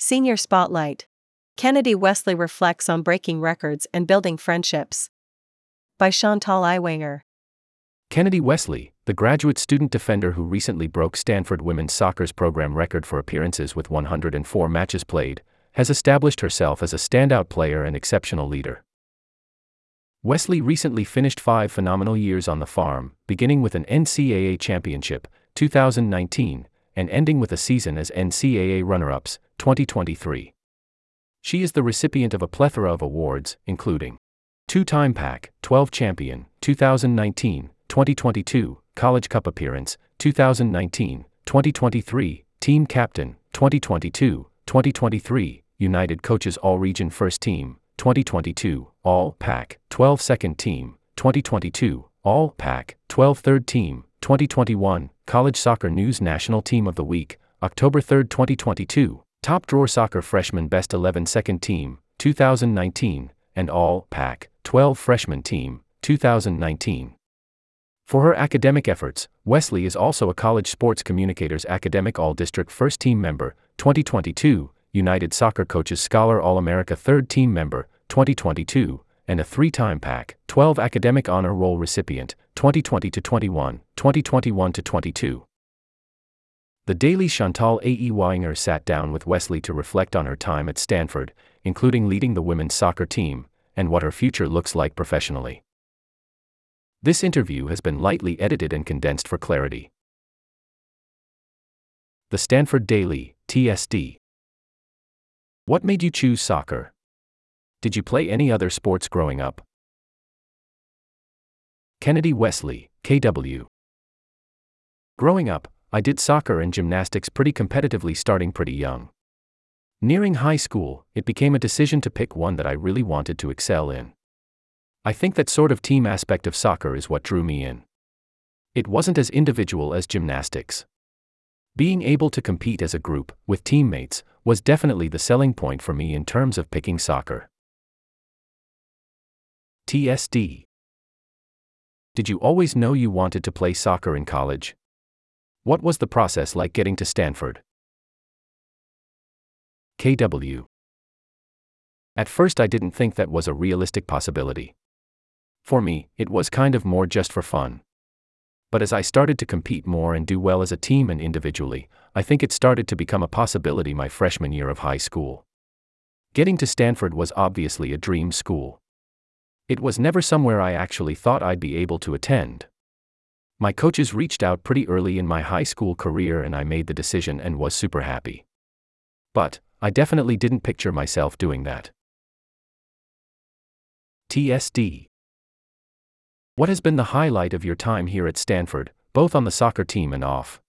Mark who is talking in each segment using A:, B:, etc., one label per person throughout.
A: Senior Spotlight. Kennedy Wesley reflects on breaking records and building friendships. By Chantal Eiwanger.
B: Kennedy Wesley, the graduate student defender who recently broke Stanford women's soccer's program record for appearances with 104 matches played, has established herself as a standout player and exceptional leader. Wesley recently finished 5 phenomenal years on the farm, beginning with an NCAA championship, 2019, and ending with a season as NCAA runner-ups, 2023. She is the recipient of a plethora of awards, including two-time Pac-12 champion, 2019, 2022, College Cup appearance, 2019, 2023, team captain, 2022, 2023, United Coaches All-Region First Team, 2022, All-Pac-12 Second Team, 2022, All-Pac-12 Third Team, 2021, College Soccer News National Team of the Week, October 3, 2022, Top Drawer Soccer Freshman Best 11 Second Team, 2019, and All-Pac-12 Freshman Team, 2019. For her academic efforts, Wesley is also a College Sports Communicators Academic All-District First Team member, 2022, United Soccer Coaches Scholar All-America Third Team member, 2022, and a 3-time Pac-12 Academic Honor Roll recipient, 2020-21, 2021-22. The Daily Chantal Eiwanger sat down with Wesley to reflect on her time at Stanford, including leading the women's soccer team, and what her future looks like professionally. This interview has been lightly edited and condensed for clarity. The Stanford Daily, TSD. What made you choose soccer? Did you play any other sports growing up? Kennedy Wesley, KW. Growing up, I did soccer and gymnastics pretty competitively starting pretty young. Nearing high school, it became a decision to pick one that I really wanted to excel in. I think that sort of team aspect of soccer is what drew me in. It wasn't as individual as gymnastics. Being able to compete as a group, with teammates, was definitely the selling point for me in terms of picking soccer. TSD. Did you always know you wanted to play soccer in college? What was the process like getting to Stanford? KW. At first I didn't think that was a realistic possibility. For me, it was kind of more just for fun. But as I started to compete more and do well as a team and individually, I think it started to become a possibility my freshman year of high school. Getting to Stanford was obviously a dream school. It was never somewhere I actually thought I'd be able to attend. My coaches reached out pretty early in my high school career and I made the decision and was super happy. But I definitely didn't picture myself doing that. TSD. What has been the highlight of your time here at Stanford, both on the soccer team and off?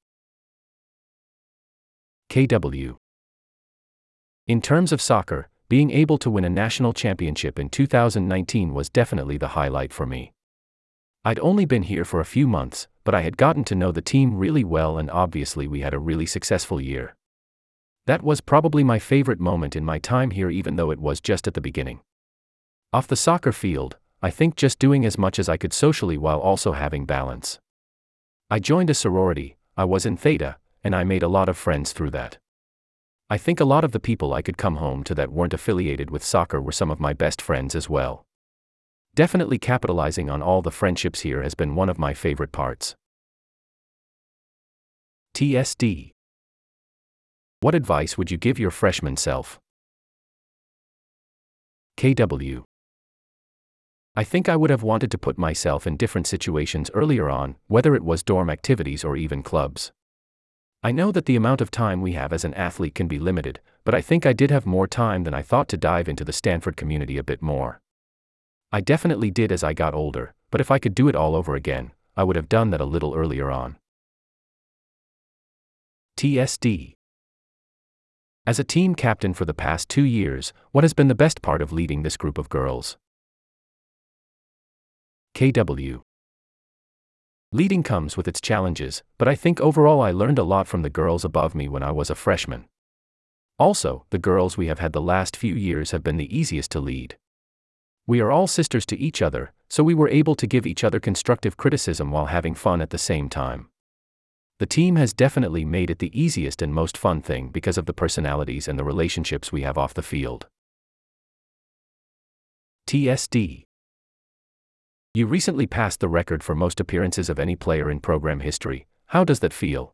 B: KW. In terms of soccer, being able to win a national championship in 2019 was definitely the highlight for me. I'd only been here for a few months, but I had gotten to know the team really well and obviously we had a really successful year. That was probably my favorite moment in my time here even though it was just at the beginning. Off the soccer field, I think just doing as much as I could socially while also having balance. I joined a sorority, I was in Theta, and I made a lot of friends through that. I think a lot of the people I could come home to that weren't affiliated with soccer were some of my best friends as well. Definitely capitalizing on all the friendships here has been one of my favorite parts. TSD. What advice would you give your freshman self? KW. I think I would have wanted to put myself in different situations earlier on, whether it was dorm activities or even clubs. I know that the amount of time we have as an athlete can be limited, but I think I did have more time than I thought to dive into the Stanford community a bit more. I definitely did as I got older, but if I could do it all over again, I would have done that a little earlier on. TSD. As a team captain for the past 2 years, what has been the best part of leading this group of girls? KW. Leading comes with its challenges, but I think overall I learned a lot from the girls above me when I was a freshman. Also, the girls we have had the last few years have been the easiest to lead. We are all sisters to each other, so we were able to give each other constructive criticism while having fun at the same time. The team has definitely made it the easiest and most fun thing because of the personalities and the relationships we have off the field. TSD. You recently passed the record for most appearances of any player in program history. How does that feel?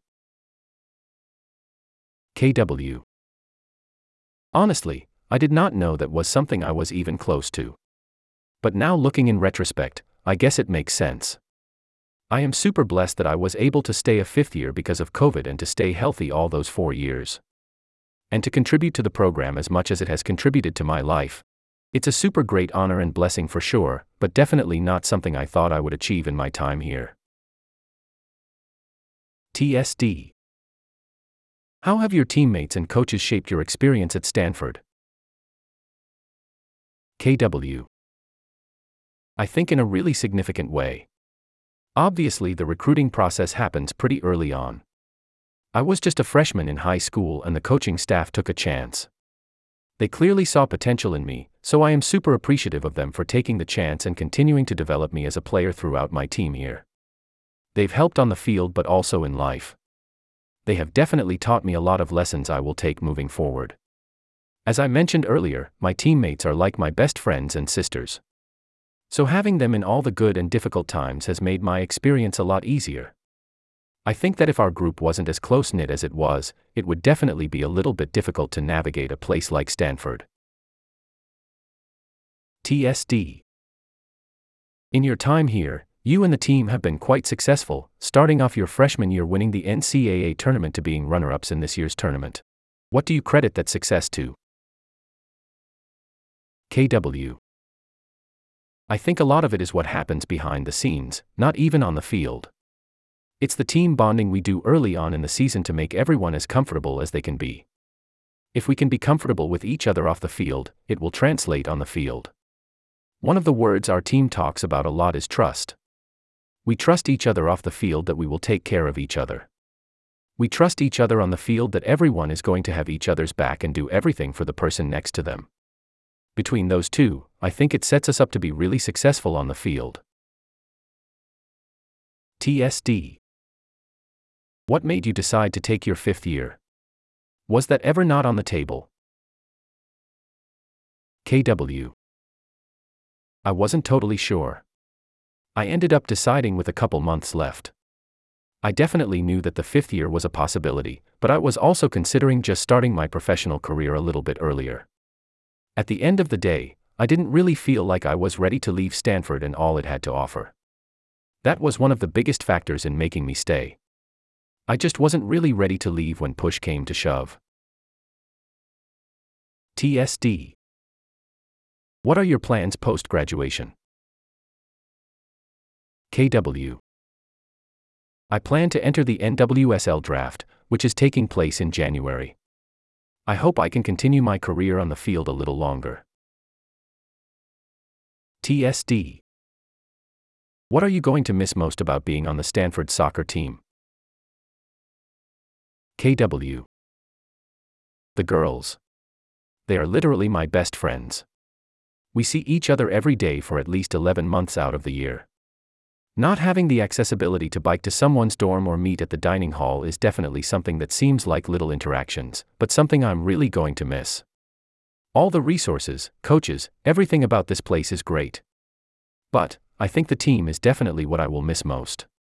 B: KW. Honestly, I did not know that was something I was even close to. But now looking in retrospect, I guess it makes sense. I am super blessed that I was able to stay a fifth year because of COVID and to stay healthy all those 4 years. And to contribute to the program as much as it has contributed to my life. It's a super great honor and blessing for sure, but definitely not something I thought I would achieve in my time here. TSD. How have your teammates and coaches shaped your experience at Stanford? KW. I think in a really significant way. Obviously, the recruiting process happens pretty early on. I was just a freshman in high school and the coaching staff took a chance. They clearly saw potential in me, so I am super appreciative of them for taking the chance and continuing to develop me as a player throughout my team here. They've helped on the field but also in life. They have definitely taught me a lot of lessons I will take moving forward. As I mentioned earlier, my teammates are like my best friends and sisters. So having them in all the good and difficult times has made my experience a lot easier. I think that if our group wasn't as close-knit as it was, it would definitely be a little bit difficult to navigate a place like Stanford. TSD. In your time here, you and the team have been quite successful, starting off your freshman year winning the NCAA tournament to being runner-ups in this year's tournament. What do you credit that success to? KW. I think a lot of it is what happens behind the scenes, not even on the field. It's the team bonding we do early on in the season to make everyone as comfortable as they can be. If we can be comfortable with each other off the field, it will translate on the field. One of the words our team talks about a lot is trust. We trust each other off the field that we will take care of each other. We trust each other on the field that everyone is going to have each other's back and do everything for the person next to them. Between those two, I think it sets us up to be really successful on the field. TSD. What made you decide to take your fifth year? Was that ever not on the table? KW. I wasn't totally sure. I ended up deciding with a couple months left. I definitely knew that the fifth year was a possibility, but I was also considering just starting my professional career a little bit earlier. At the end of the day, I didn't really feel like I was ready to leave Stanford and all it had to offer. That was one of the biggest factors in making me stay. I just wasn't really ready to leave when push came to shove. TSD. What are your plans post-graduation? KW. I plan to enter the NWSL draft, which is taking place in January. I hope I can continue my career on the field a little longer. TSD. What are you going to miss most about being on the Stanford soccer team? KW. The girls. They are literally my best friends. We see each other every day for at least 11 months out of the year. Not having the accessibility to bike to someone's dorm or meet at the dining hall is definitely something that seems like little interactions, but something I'm really going to miss. All the resources, coaches, everything about this place is great. But I think the team is definitely what I will miss most.